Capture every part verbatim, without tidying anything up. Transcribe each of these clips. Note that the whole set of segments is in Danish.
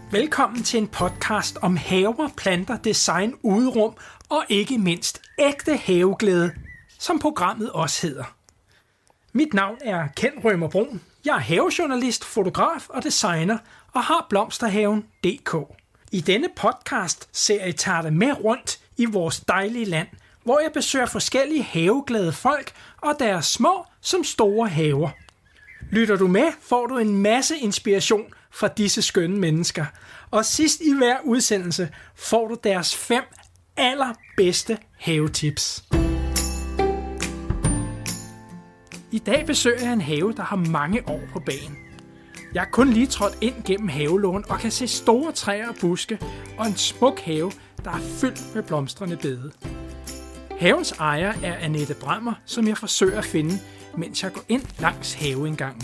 Velkommen til en podcast om haver, planter, design, uderum og ikke mindst ægte haveglæde, som programmet også hedder. Mit navn er Ken Rømer Brun. Jeg er havejournalist, fotograf og designer og har blomsterhaven punktum d k. I denne podcast-serie tager jeg med rundt i vores dejlige land, hvor jeg besøger forskellige haveglade folk og deres små som store haver. Lytter du med, får du en masse inspiration fra disse skønne mennesker. Og sidst i hver udsendelse får du deres fem allerbedste havetips. I dag besøger jeg en have, der har mange år på bagen. Jeg er kun lige trådt ind gennem havelågen og kan se store træer og buske og en smuk have, der er fyldt med blomstrende bede. Havens ejer er Annette Brammer, som jeg forsøger at finde, mens jeg går ind langs haveindgangen.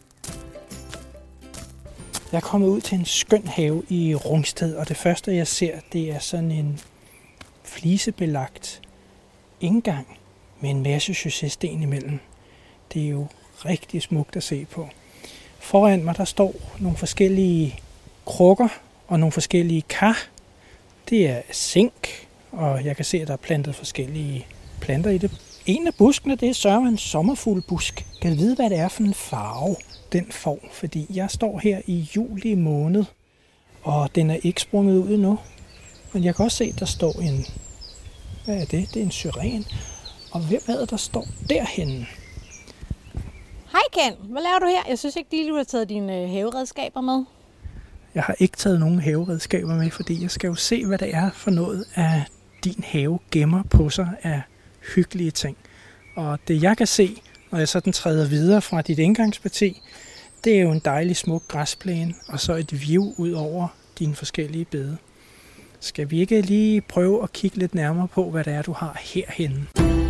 Jeg er kommet ud til en skøn have i Rungsted, og det første jeg ser, det er sådan en flisebelagt indgang med en masse successten imellem. Det er jo rigtig smukt at se på. Foran mig der står nogle forskellige krukker og nogle forskellige kar. Det er zink, og jeg kan se, at der er plantet forskellige planter i det. En af buskene, det er sørme en sommerfuglbusk. Kan jeg vide, hvad det er for en farve, den får? Fordi jeg står her i juli måned, og den er ikke sprunget ud endnu. Men jeg kan også se, at der står en... Hvad er det? Det er en syren. Og hvem er det, der står derhenne? Hej Ken, hvad laver du her? Jeg synes ikke lige, du har taget dine haveredskaber med. Jeg har ikke taget nogen haveredskaber med, fordi jeg skal jo se, hvad det er for noget af din have gemmer på sig af hyggelige ting. Og det jeg kan se, når jeg sådan træder videre fra dit indgangsparti, det er jo en dejlig smuk græsplæne, og så et view ud over dine forskellige bede. Skal vi ikke lige prøve at kigge lidt nærmere på, hvad det er, du har herhenne?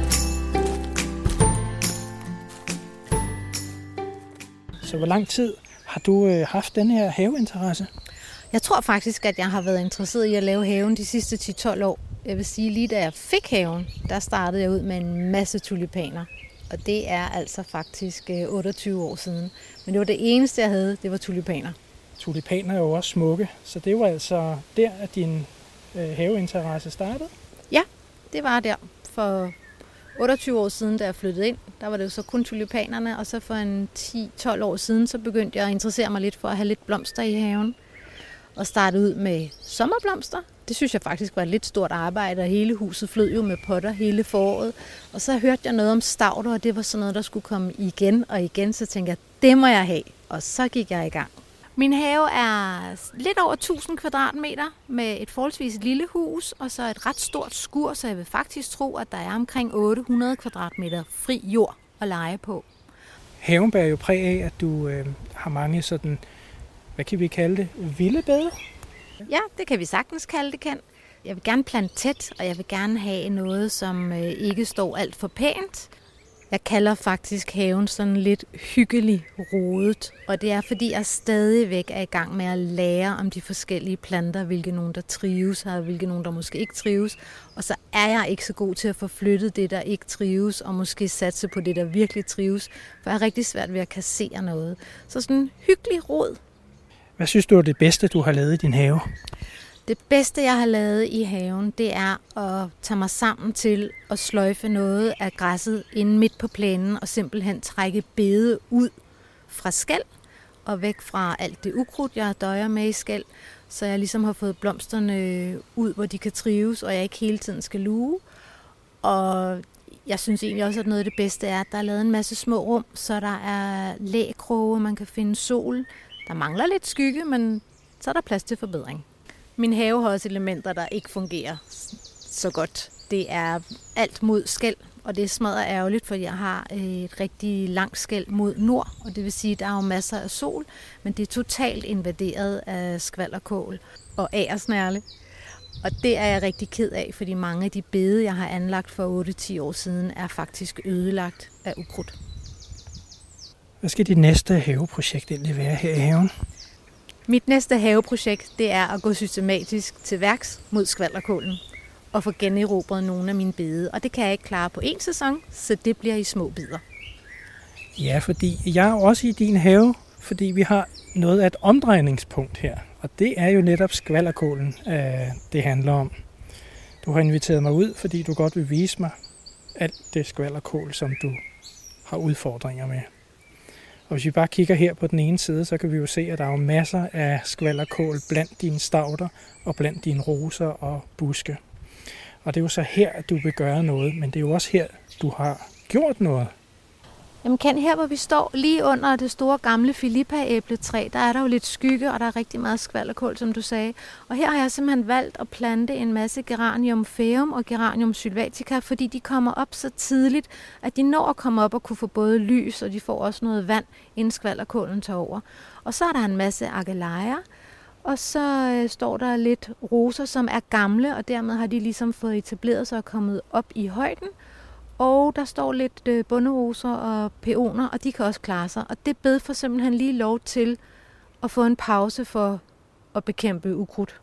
Så hvor lang tid har du øh, haft den her haveinteresse? Jeg tror faktisk, at jeg har været interesseret i at lave haven de sidste ti til tolv år. Jeg vil sige, lige da jeg fik haven, der startede jeg ud med en masse tulipaner. Og det er altså faktisk otteogtyve år siden. Men det var det eneste, jeg havde, det var tulipaner. Tulipaner er jo også smukke, så det var altså der, at din øh, haveinteresse startede? Ja, det var der. For otteogtyve år siden, da jeg flyttede ind, der var det jo så kun tulipanerne. Og så for en ti til tolv år siden, så begyndte jeg at interessere mig lidt for at have lidt blomster i haven. Og startede ud med sommerblomster. Det synes jeg faktisk var et lidt stort arbejde, og hele huset flød jo med potter hele foråret. Og så hørte jeg noget om stauder, og det var sådan noget, der skulle komme igen og igen. Så tænkte jeg, det må jeg have. Og så gik jeg i gang. Min have er lidt over tusind kvadratmeter med et forholdsvis lille hus, og så et ret stort skur, så jeg vil faktisk tro, at der er omkring otte hundrede kvadratmeter fri jord at lege på. Haven bærer jo præg af, at du øh, har mange sådan, hvad kan vi kalde det, vilde bede? Ja, det kan vi sagtens kalde det, Ken. Jeg vil gerne plante tæt, og jeg vil gerne have noget, som øh, ikke står alt for pænt. Jeg kalder faktisk haven sådan lidt hyggelig rodet, og det er, fordi jeg stadigvæk er i gang med at lære om de forskellige planter, hvilke nogen, der trives her, og hvilke nogen, der måske ikke trives. Og så er jeg ikke så god til at få flyttet det, der ikke trives, og måske satse på det, der virkelig trives, for jeg er rigtig svært ved at kassere noget. Så sådan en hyggelig rod. Hvad synes du er det bedste, du har lavet i din have? Det bedste, jeg har lavet i haven, det er at tage mig sammen til at sløjfe noget af græsset inde midt på plænen og simpelthen trække bede ud fra skel og væk fra alt det ukrudt, jeg døjer med i skel, så jeg ligesom har fået blomsterne ud, hvor de kan trives, og jeg ikke hele tiden skal luge. Og jeg synes egentlig også, at noget af det bedste er, at der er lavet en masse små rum, så der er lækroge, man kan finde sol. Der mangler lidt skygge, men så er der plads til forbedring. Min have har også elementer, der ikke fungerer så godt. Det er alt mod skel, og det er smadret ærgerligt, for jeg har et rigtig langt skel mod nord, og det vil sige, at der er jo masser af sol, men det er totalt invaderet af skvalderkål og agersnærle. Og det er jeg rigtig ked af, fordi mange af de bede, jeg har anlagt for otte til ti år siden, er faktisk ødelagt af ukrudt. Hvad skal dit næste haveprojekt egentlig være her i haven? Mit næste haveprojekt, det er at gå systematisk til værks mod skvalderkålen og få generobret nogle af mine bede. Og det kan jeg ikke klare på en sæson, så det bliver i små bidder. Ja, fordi jeg er også i din have, fordi vi har noget af et omdrejningspunkt her. Og det er jo netop skvalderkålen, øh, det handler om. Du har inviteret mig ud, fordi du godt vil vise mig alt det skvalderkål, som du har udfordringer med. Og hvis vi bare kigger her på den ene side, så kan vi jo se, at der er masser af skvalderkål blandt dine stauder og blandt dine roser og buske. Og det er jo så her, at du vil gøre noget, men det er jo også her, du har gjort noget. Jamen Ken, her hvor vi står lige under det store gamle Filippa-æbletræ, der er der jo lidt skygge, og der er rigtig meget skvalderkål, som du sagde. Og her har jeg simpelthen valgt at plante en masse Geranium phaeum og Geranium sylvatica, fordi de kommer op så tidligt, at de når at komme op og kunne få både lys, og de får også noget vand, inden skvalderkålen tager over. Og så er der en masse Argalaia, og så øh, står der lidt roser, som er gamle, og dermed har de ligesom fået etableret sig og kommet op i højden. Og der står lidt øh, bunderoser og peoner, og de kan også klare sig. Og det bed får simpelthen lige lov til at få en pause for at bekæmpe ukrudt.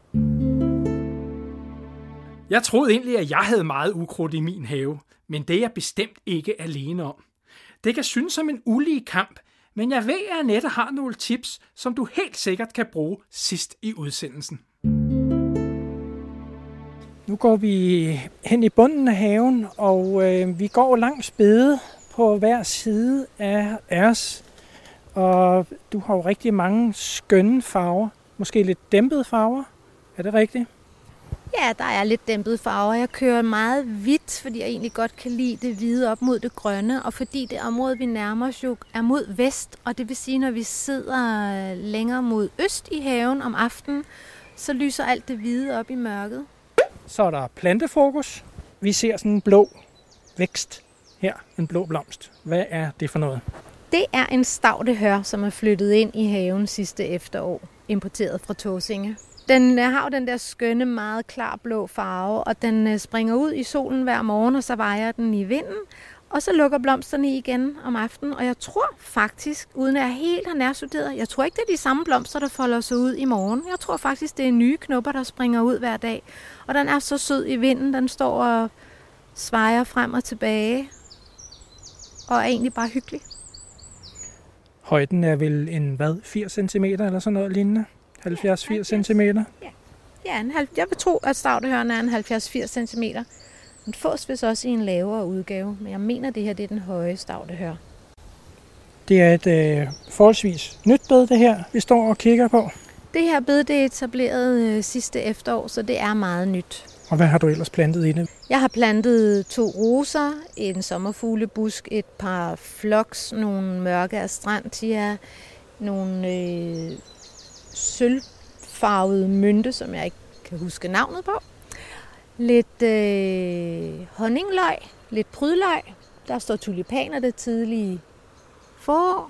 Jeg troede egentlig, at jeg havde meget ukrudt i min have, men det er jeg bestemt ikke alene om. Det kan synes som en ulige kamp, men jeg ved, at Annette har nogle tips, som du helt sikkert kan bruge sidst i udsendelsen. Nu går vi hen i bunden af haven, og øh, vi går langs bede på hver side af os. Og du har jo rigtig mange skønne farver, måske lidt dæmpede farver. Er det rigtigt? Ja, der er lidt dæmpede farver. Jeg kører meget hvidt, fordi jeg egentlig godt kan lide det hvide op mod det grønne, og fordi det område, vi nærmer os jo, er mod vest, og det vil sige, når vi sidder længere mod øst i haven om aftenen, så lyser alt det hvide op i mørket. Så er der plantefokus. Vi ser sådan en blå vækst her, en blå blomst. Hvad er det for noget? Det er en stavtehør, som er flyttet ind i haven sidste efterår, importeret fra Tåsinge. Den har jo den der skønne, meget klar blå farve, og den springer ud i solen hver morgen, og så vejer den i vinden. Og så lukker blomsterne igen om aftenen, og jeg tror faktisk, uden at jeg helt har nærstuderet, jeg tror ikke, det er de samme blomster, der folder sig ud i morgen. Jeg tror faktisk, det er nye knopper, der springer ud hver dag. Og den er så sød i vinden, den står og svejer frem og tilbage, og er egentlig bare hyggelig. Højden er vel en, hvad, firs centimeter eller sådan noget lignende? halvfjerds til firs centimeter? Ja, ja en halv, jeg vil tro, at stavtehøren er en halvfjerds til firs centimeter. Den fås vist også i en lavere udgave, men jeg mener, at det her det er den høje stavtehør. Det er et øh, forholdsvis nyt bed, det her, vi står og kigger på. Det her bed det er etableret øh, sidste efterår, så det er meget nyt. Og hvad har du ellers plantet i det? Jeg har plantet to roser, en sommerfuglebusk, et par floks, nogle mørke astrantia, nogle øh, sølvfarvede mynte, som jeg ikke kan huske navnet på. Lidt øh, honningløg, lidt prydløg. Der står tulipaner det tidlige forår.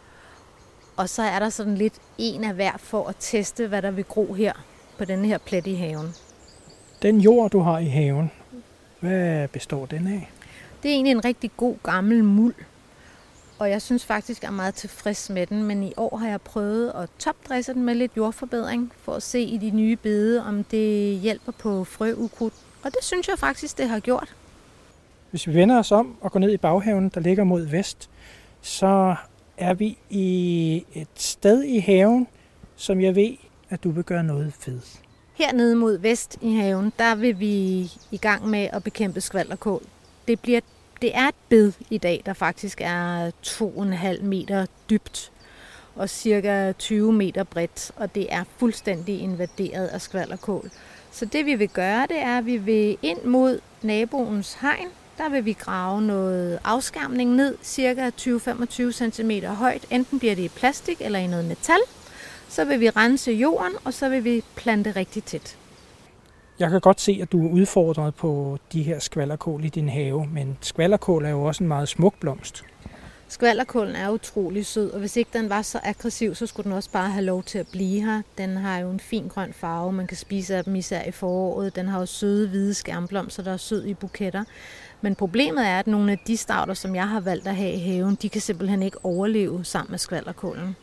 Og så er der sådan lidt en af hver for at teste, hvad der vil gro her på denne her plet i haven. Den jord, du har i haven, hvad består den af? Det er egentlig en rigtig god gammel muld. Og jeg synes faktisk, jeg er meget tilfreds med den. Men i år har jeg prøvet at topdresse den med lidt jordforbedring, for at se i de nye bede, om det hjælper på frøukrudt. Og det synes jeg faktisk, det har gjort. Hvis vi vender os om og går ned i baghaven, der ligger mod vest, så er vi i et sted i haven, som jeg ved, at du vil gøre noget ved. Hernede mod vest i haven, der vil vi i gang med at bekæmpe skvalderkål. Det, bliver, det er et bed i dag, der faktisk er to komma fem meter dybt og cirka tyve meter bredt, og det er fuldstændig invaderet af skvalderkål. Så det vi vil gøre, det er, at vi vil ind mod naboens hegn. Der vil vi grave noget afskærmning ned, cirka tyve til femogtyve centimeter højt. Enten bliver det i plastik eller i noget metal. Så vil vi rense jorden, og så vil vi plante rigtig tæt. Jeg kan godt se, at du er udfordret på de her skvalderkål i din have, men skvalderkål er jo også en meget smuk blomst. Skvalderkålen er utrolig sød, og hvis ikke den var så aggressiv, så skulle den også bare have lov til at blive her. Den har jo en fin grøn farve, man kan spise af dem især i foråret. Den har jo søde hvide skærmblomster, der er sød i buketter. Men problemet er, at nogle af de stauder, som jeg har valgt at have i haven, de kan simpelthen ikke overleve sammen med skvalderkålen.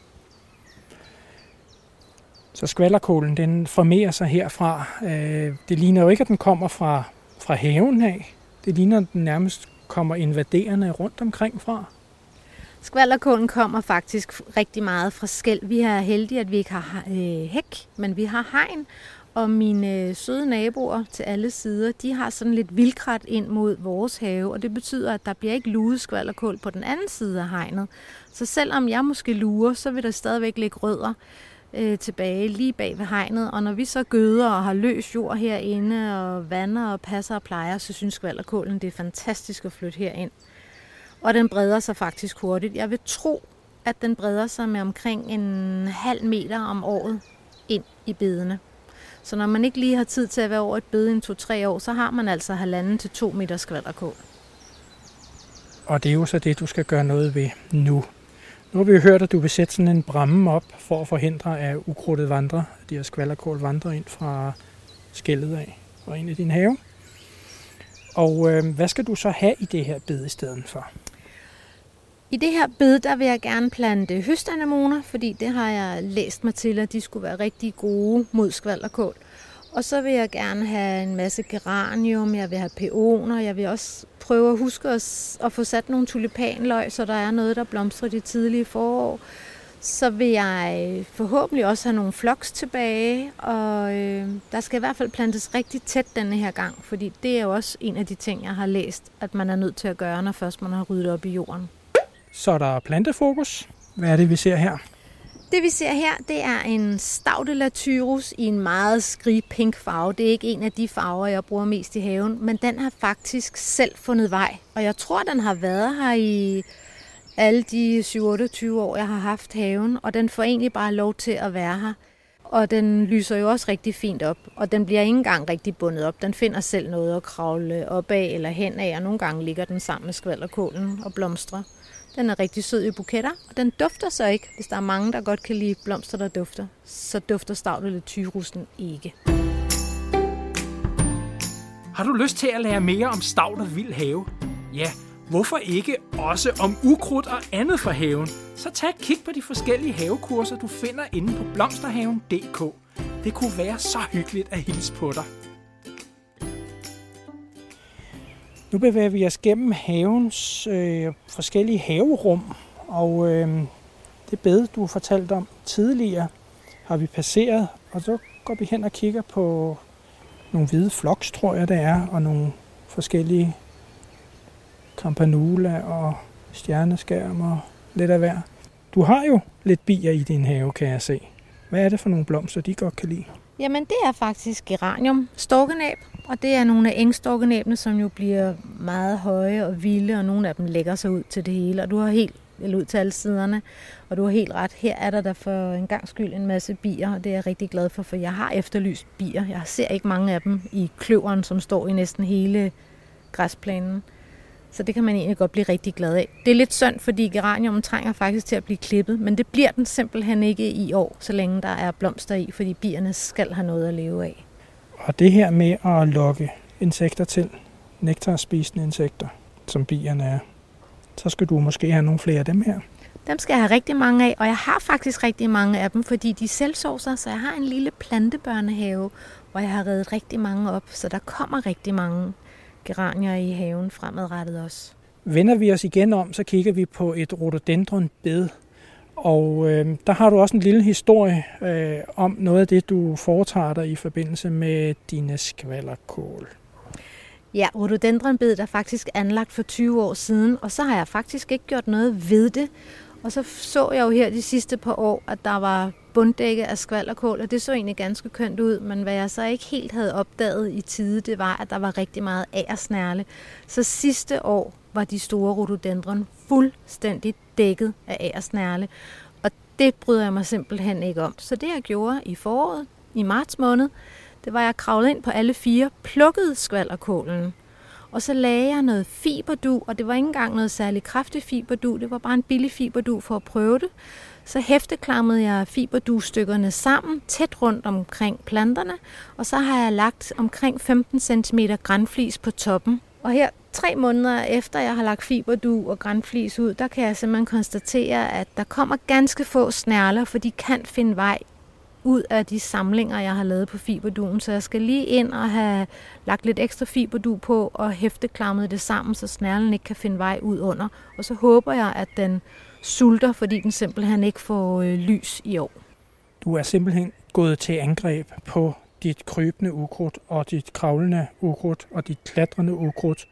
Så skvalderkålen, den formerer sig herfra. Det ligner jo ikke, at den kommer fra, fra haven af. Det ligner, at den nærmest kommer invaderende rundt omkring fra. Skvalderkålen kommer faktisk rigtig meget fra skel. Vi er heldige, at vi ikke har øh, hæk, men vi har hegn. Og mine søde naboer til alle sider, de har sådan lidt vildkrat ind mod vores have, og det betyder, at der bliver ikke luet skvalderkål på den anden side af hegnet. Så selvom jeg måske lurer, så vil der stadigvæk ligge rødder øh, tilbage lige bag ved hegnet. Og når vi så gøder og har løs jord herinde og vander og passer og plejer, så synes skvalderkålen, det er fantastisk at flytte herind. Og den breder sig faktisk hurtigt. Jeg vil tro, at den breder sig med omkring en halv meter om året ind i bedene. Så når man ikke lige har tid til at være over et bede i to-tre år, så har man altså halvanden til to meter skvalderkål. Og det er jo så det, du skal gøre noget ved nu. Nu har vi jo hørt, at du vil sætte sådan en bramme op for at forhindre, at ukrudtet vandrer, de her skvalderkål vandrer ind fra skellet af og ind i din have. Og øh, hvad skal du så have i det her bed i stedet for? I det her bed, der vil jeg gerne plante høstanemoner, fordi det har jeg læst mig til, at de skulle være rigtig gode mod skvalderkål. Og så vil jeg gerne have en masse geranium, jeg vil have peoner, jeg vil også prøve at huske at få sat nogle tulipanløg, så der er noget, der blomstrer de tidlige forår. Så vil jeg forhåbentlig også have nogle floks tilbage, og øh, der skal i hvert fald plantes rigtig tæt denne her gang, fordi det er jo også en af de ting, jeg har læst, at man er nødt til at gøre, når først man har ryddet op i jorden. Så er der plantefokus. Hvad er det, vi ser her? Det vi ser her, det er en Staudelatyrus i en meget skrigpink farve. Det er ikke en af de farver, jeg bruger mest i haven, men den har faktisk selv fundet vej. Og jeg tror, den har været her i alle de syv otteogtyve år, jeg har haft haven, og den får egentlig bare lov til at være her. Og den lyser jo også rigtig fint op, og den bliver ikke engang rigtig bundet op. Den finder selv noget at kravle op af eller hen af, og nogle gange ligger den sammen med skvalderkålen og blomstrer. Den er rigtig sød i buketter, og den dufter så ikke. Hvis der er mange, der godt kan lide blomster, der dufter, så dufter Staudelatyrus'en ikke. Har du lyst til at lære mere om Stauder Vild Have? Ja, hvorfor ikke også om ukrudt og andet fra haven? Så tag et kig på de forskellige havekurser, du finder inde på blomsterhaven punktum d k. Det kunne være så hyggeligt at hilse på dig. Nu bevæger vi os gennem havens øh, forskellige haverum, og øh, det bed, du fortalte om tidligere, har vi passeret, og så går vi hen og kigger på nogle hvide floks, tror jeg det er, og nogle forskellige campanula og stjerneskærm og lidt af hver. Du har jo lidt bier i din have, kan jeg se. Hvad er det for nogle blomster, de godt kan lide? Jamen, det er faktisk geranium, storkenæb, og det er nogle af engstorkenæbene, som jo bliver meget høje og vilde, og nogle af dem lægger sig ud til det hele, og du har helt eller ud til alle siderne, og du har helt ret. Her er der der for en gang skyld en masse bier, og det er jeg rigtig glad for, for jeg har efterlyst bier. Jeg ser ikke mange af dem i kløveren, som står i næsten hele græsplænen. Så det kan man egentlig godt blive rigtig glad af. Det er lidt synd, fordi geranium trænger faktisk til at blive klippet, men det bliver den simpelthen ikke i år, så længe der er blomster i, fordi bierne skal have noget at leve af. Og det her med at lokke insekter til, nektarspisende insekter, som bierne er, så skal du måske have nogle flere af dem her. Dem skal jeg have rigtig mange af, og jeg har faktisk rigtig mange af dem, fordi de selvsovser, så jeg har en lille plantebørnehave, hvor jeg har reddet rigtig mange op, så der kommer rigtig mange geranier i haven fremadrettet også. Vender vi os igen om, så kigger vi på et rhododendronbed, og øh, der har du også en lille historie øh, om noget af det, du foretager dig i forbindelse med dine skvalderkål. Ja, rhododendronbedet er faktisk anlagt for tyve år siden, og så har jeg faktisk ikke gjort noget ved det. Og så så jeg jo her de sidste par år, at der var bunddække af skvalderkål, og det så egentlig ganske kønt ud, men hvad jeg så ikke helt havde opdaget i tide, det var, at der var rigtig meget agersnærle. Så sidste år var de store rhododendron fuldstændig dækket af agersnærle, og det bryder jeg mig simpelthen ikke om. Så det jeg gjorde i foråret, i marts måned, det var, at jeg kravlede ind på alle fire, plukkede skvalderkålen, og så lagde jeg noget fiberdu, og det var ikke engang noget særlig kraftig fiberdu, det var bare en billig fiberdu for at prøve det. Så hæfteklammede jeg fiberdu-stykkerne sammen, tæt rundt omkring planterne, og så har jeg lagt omkring femten centimeter granflis på toppen. Og her tre måneder efter jeg har lagt fiberdu og granflis ud, der kan jeg simpelthen konstatere, at der kommer ganske få snærler, for de kan finde vej ud af de samlinger, jeg har lavet på fiberduen. Så jeg skal lige ind og have lagt lidt ekstra fiberdu på og hæfteklammet det sammen, så snærlen ikke kan finde vej ud under. Og så håber jeg, at den sulter, fordi den simpelthen ikke får øh, lys i år. Du er simpelthen gået til angreb på dit krybende ukrudt og dit kravlende ukrudt og dit klatrende ukrudt.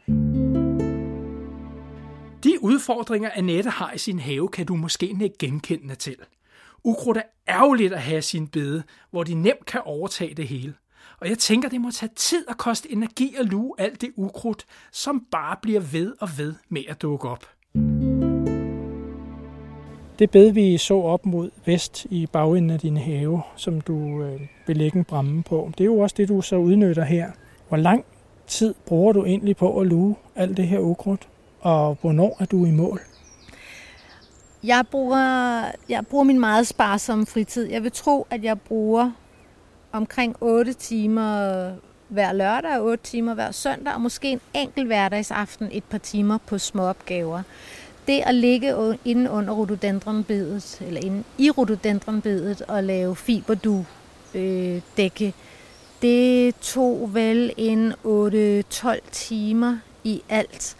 De udfordringer, Annette har i sin have, kan du måske ikke genkende til. Ukrudt er ærgerligt at have sin bede, hvor de nemt kan overtage det hele. Og jeg tænker, det må tage tid og koste energi at luge alt det ukrudt, som bare bliver ved og ved med at dukke op. Det bed, vi så op mod vest i bagenden af din have, som du øh, vil lægge en bramme på, det er jo også det, du så udnytter her. Hvor lang tid bruger du egentlig på at luge alt det her ukrudt, og hvornår er du i mål? Jeg bruger, jeg bruger min meget sparsomme fritid. Jeg vil tro, at jeg bruger omkring otte timer hver lørdag og otte timer hver søndag, og måske en enkelt hverdagsaften et par timer på småopgaver. Det at ligge inde under rhododendronbedet, eller inde i rhododendronbedet og lave fiberdug-dække, det tog vel en otte til tolv timer i alt.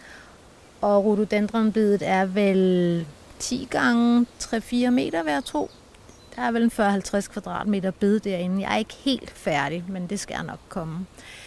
Og rhododendronbedet er vel ti gange tre til fire meter, vil jeg tro. Der er vel en fyrre til halvtreds kvadratmeter bed derinde. Jeg er ikke helt færdig, men det skal nok komme.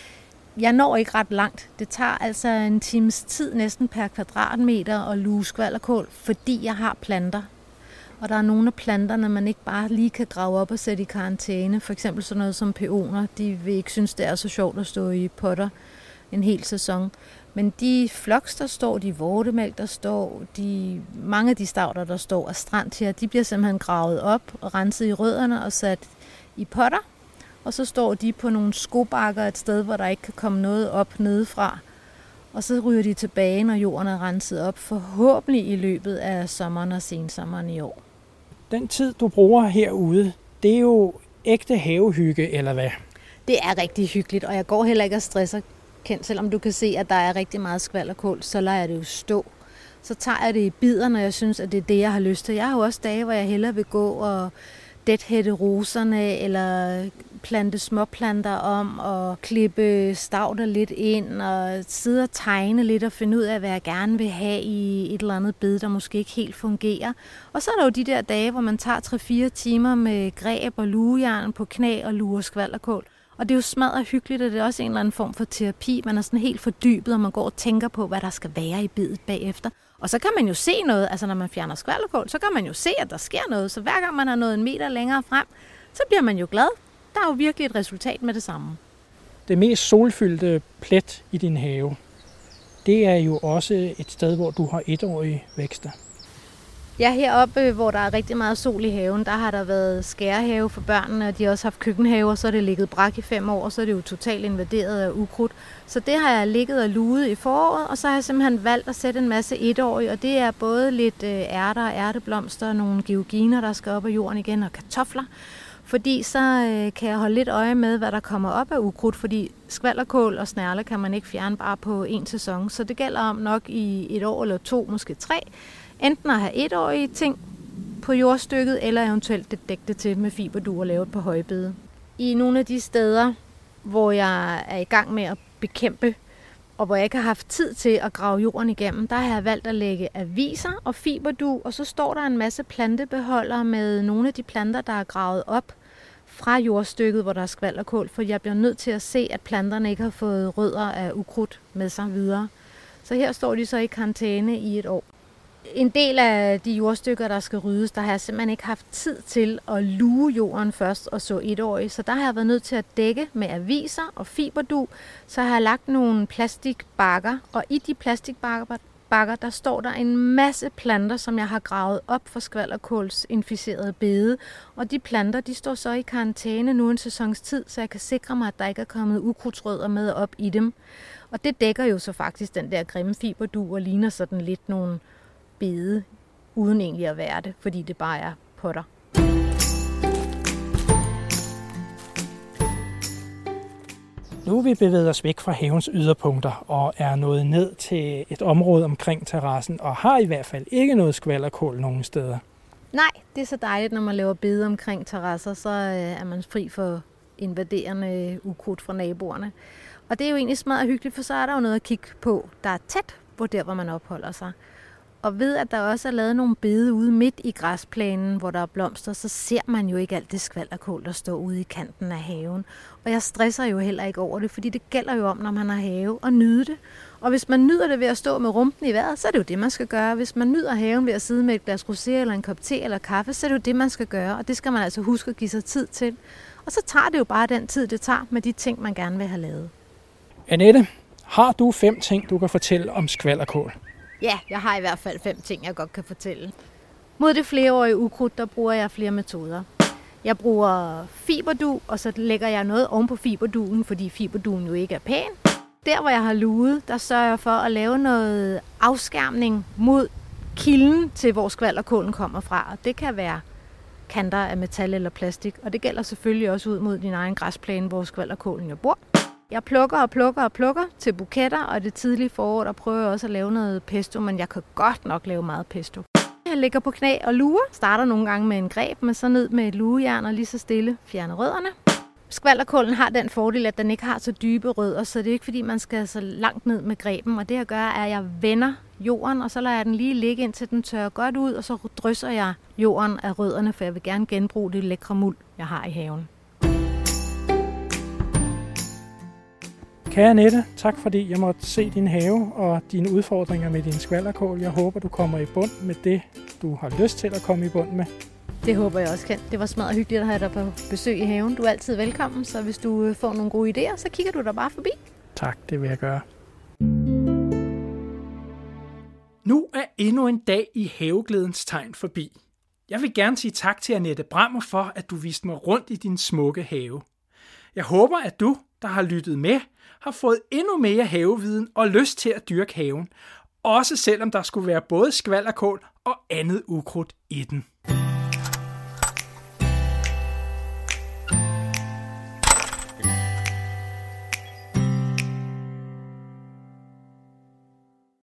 Jeg når ikke ret langt. Det tager altså en times tid næsten per kvadratmeter at luge skvalderkål, fordi jeg har planter. Og der er nogle af planterne, man ikke bare lige kan grave op og sætte i karantæne. For eksempel sådan noget som peoner. De vil ikke synes, det er så sjovt at stå i potter en hel sæson. Men de floks, der står, de vortemælk, der står, de, mange af de stauder, der står af strandtier, de bliver simpelthen gravet op og renset i rødderne og sat i potter. Og så står de på nogle skobakker et sted, hvor der ikke kan komme noget op nedefra. Og så ryger de tilbage, når jorden er renset op, forhåbentlig i løbet af sommeren og sensommeren i år. Den tid, du bruger herude, det er jo ægte havehygge, eller hvad? Det er rigtig hyggeligt, og jeg går heller ikke og stresser. Kendt, selvom du kan se, at der er rigtig meget skvalderkål, så lader jeg det jo stå. Så tager jeg det i bidder, når jeg synes, at det er det, jeg har lyst til. Jeg har jo også dage, hvor jeg hellere vil gå og deadheade roserne, eller plante småplanter om, og klippe stauder lidt ind, og sidde og tegne lidt, og finde ud af, hvad jeg gerne vil have i et eller andet bed, der måske ikke helt fungerer. Og så er der jo de der dage, hvor man tager tre til fire timer med greb og lugejern på knæ og luger skvalderkål. Og det er jo smadret hyggeligt, og det er også en eller anden form for terapi. Man er sådan helt fordybet, og man går og tænker på, hvad der skal være i bedet bagefter. Og så kan man jo se noget, altså når man fjerner skvalderkål, så kan man jo se, at der sker noget. Så hver gang man har nået en meter længere frem, så bliver man jo glad. Der er jo virkelig et resultat med det samme. Det mest solfyldte plet i din have, det er jo også et sted, hvor du har etårige vækster. Ja, heroppe, hvor der er rigtig meget sol i haven, der har der været skærehave for børnene, og de har også haft køkkenhaver, så er det ligget brak i fem år, og så er det jo totalt invaderet af ukrudt. Så det har jeg ligget og luget i foråret, og så har jeg simpelthen valgt at sætte en masse etårige, og det er både lidt ærter og ærteblomster, nogle georginer, der skal op af jorden igen, og kartofler. Fordi så øh, kan jeg holde lidt øje med, hvad der kommer op af ukrudt, fordi skvalderkål og snærle kan man ikke fjerne bare på en sæson. Så det gælder om nok i et år eller to, måske tre, enten at have etårige ting på jordstykket, eller eventuelt det dække det til med fiberdug og lave et par højbede. I nogle af de steder, hvor jeg er i gang med at bekæmpe, og hvor jeg ikke har haft tid til at grave jorden igennem, der har jeg valgt at lægge aviser og fiberdug, og så står der en masse plantebeholdere med nogle af de planter, der er gravet op fra jordstykket, hvor der er skvalderkål, for jeg bliver nødt til at se, at planterne ikke har fået rødder af ukrudt med sig videre. Så her står de så i karantæne i et år. En del af de jordstykker, der skal ryddes, der har jeg simpelthen ikke haft tid til at luge jorden først og så etårige. Så der har jeg været nødt til at dække med aviser og fiberdug. Så har jeg lagt nogle plastikbakker, og i de plastikbakker, bakker, der står der en masse planter, som jeg har gravet op for skvalderkåls inficerede bede. Og de planter, de står så i karantæne nu en sæsons tid, så jeg kan sikre mig, at der ikke er kommet ukrudtsrødder med op i dem. Og det dækker jo så faktisk den der grimme fiberdug og ligner sådan lidt nogle bede, uden egentlig at være det, fordi det bare er potter. Nu er vi bevæget os væk fra havens yderpunkter og er nået ned til et område omkring terrassen og har i hvert fald ikke noget skvalderkål nogen steder. Nej, det er så dejligt, når man laver bede omkring terrasser, så er man fri for invaderende ukrudt fra naboerne. Og det er jo egentlig smadret hyggeligt, for så er der jo noget at kigge på, der er tæt på der, hvor man opholder sig. Og ved, at der også er lavet nogle bede ude midt i græsplænen, hvor der er blomster, så ser man jo ikke alt det skvalderkål, der står ude i kanten af haven. Og jeg stresser jo heller ikke over det, fordi det gælder jo om, når man har have, at nyde det. Og hvis man nyder det ved at stå med rumpen i vejret, så er det jo det, man skal gøre. Hvis man nyder haven ved at sidde med et glas rosé eller en kop te eller kaffe, så er det jo det, man skal gøre. Og det skal man altså huske at give sig tid til. Og så tager det jo bare den tid, det tager med de ting, man gerne vil have lavet. Annette, har du fem ting, du kan fortælle om skvalderkål? Ja, jeg har i hvert fald fem ting, jeg godt kan fortælle. Mod det flereårige ukrudt, der bruger jeg flere metoder. Jeg bruger fiberdu, og så lægger jeg noget oven på fiberduen, fordi fiberduen jo ikke er pæn. Der, hvor jeg har luet, der sørger jeg for at lave noget afskærmning mod kilden til, hvor skvalderkålen kommer fra. Og det kan være kanter af metal eller plastik, og det gælder selvfølgelig også ud mod din egen græsplæne, hvor skvalderkålen jo bor. Jeg plukker og plukker og plukker til buketter, og det tidlige forår, der prøver jeg også at lave noget pesto, men jeg kan godt nok lave meget pesto. Jeg ligger på knæ og lurer, starter nogle gange med en greb, men så ned med et lugejern og lige så stille fjerner rødderne. Skvalderkålen har den fordel, at den ikke har så dybe rødder, så det er ikke fordi, man skal så langt ned med greben. Og det jeg gør, er, at jeg vender jorden, og så lader jeg den lige ligge, indtil den tørrer godt ud, og så drysser jeg jorden af rødderne, for jeg vil gerne genbruge det lækre muld, jeg har i haven. Kære Annette, tak fordi jeg måtte se din have og dine udfordringer med din skvalderkål. Jeg håber, du kommer i bund med det, du har lyst til at komme i bund med. Det håber jeg også, Kent. Det var smadret hyggeligt at have dig på besøg i haven. Du er altid velkommen, så hvis du får nogle gode idéer, så kigger du der bare forbi. Tak, det vil jeg gøre. Nu er endnu en dag i haveglædens tegn forbi. Jeg vil gerne sige tak til Annette Brammer for, at du viste mig rundt i din smukke have. Jeg håber, at du, der har lyttet med, har fået endnu mere haveviden og lyst til at dyrke haven. Også selvom der skulle være både skvalderkål og andet ukrudt i den.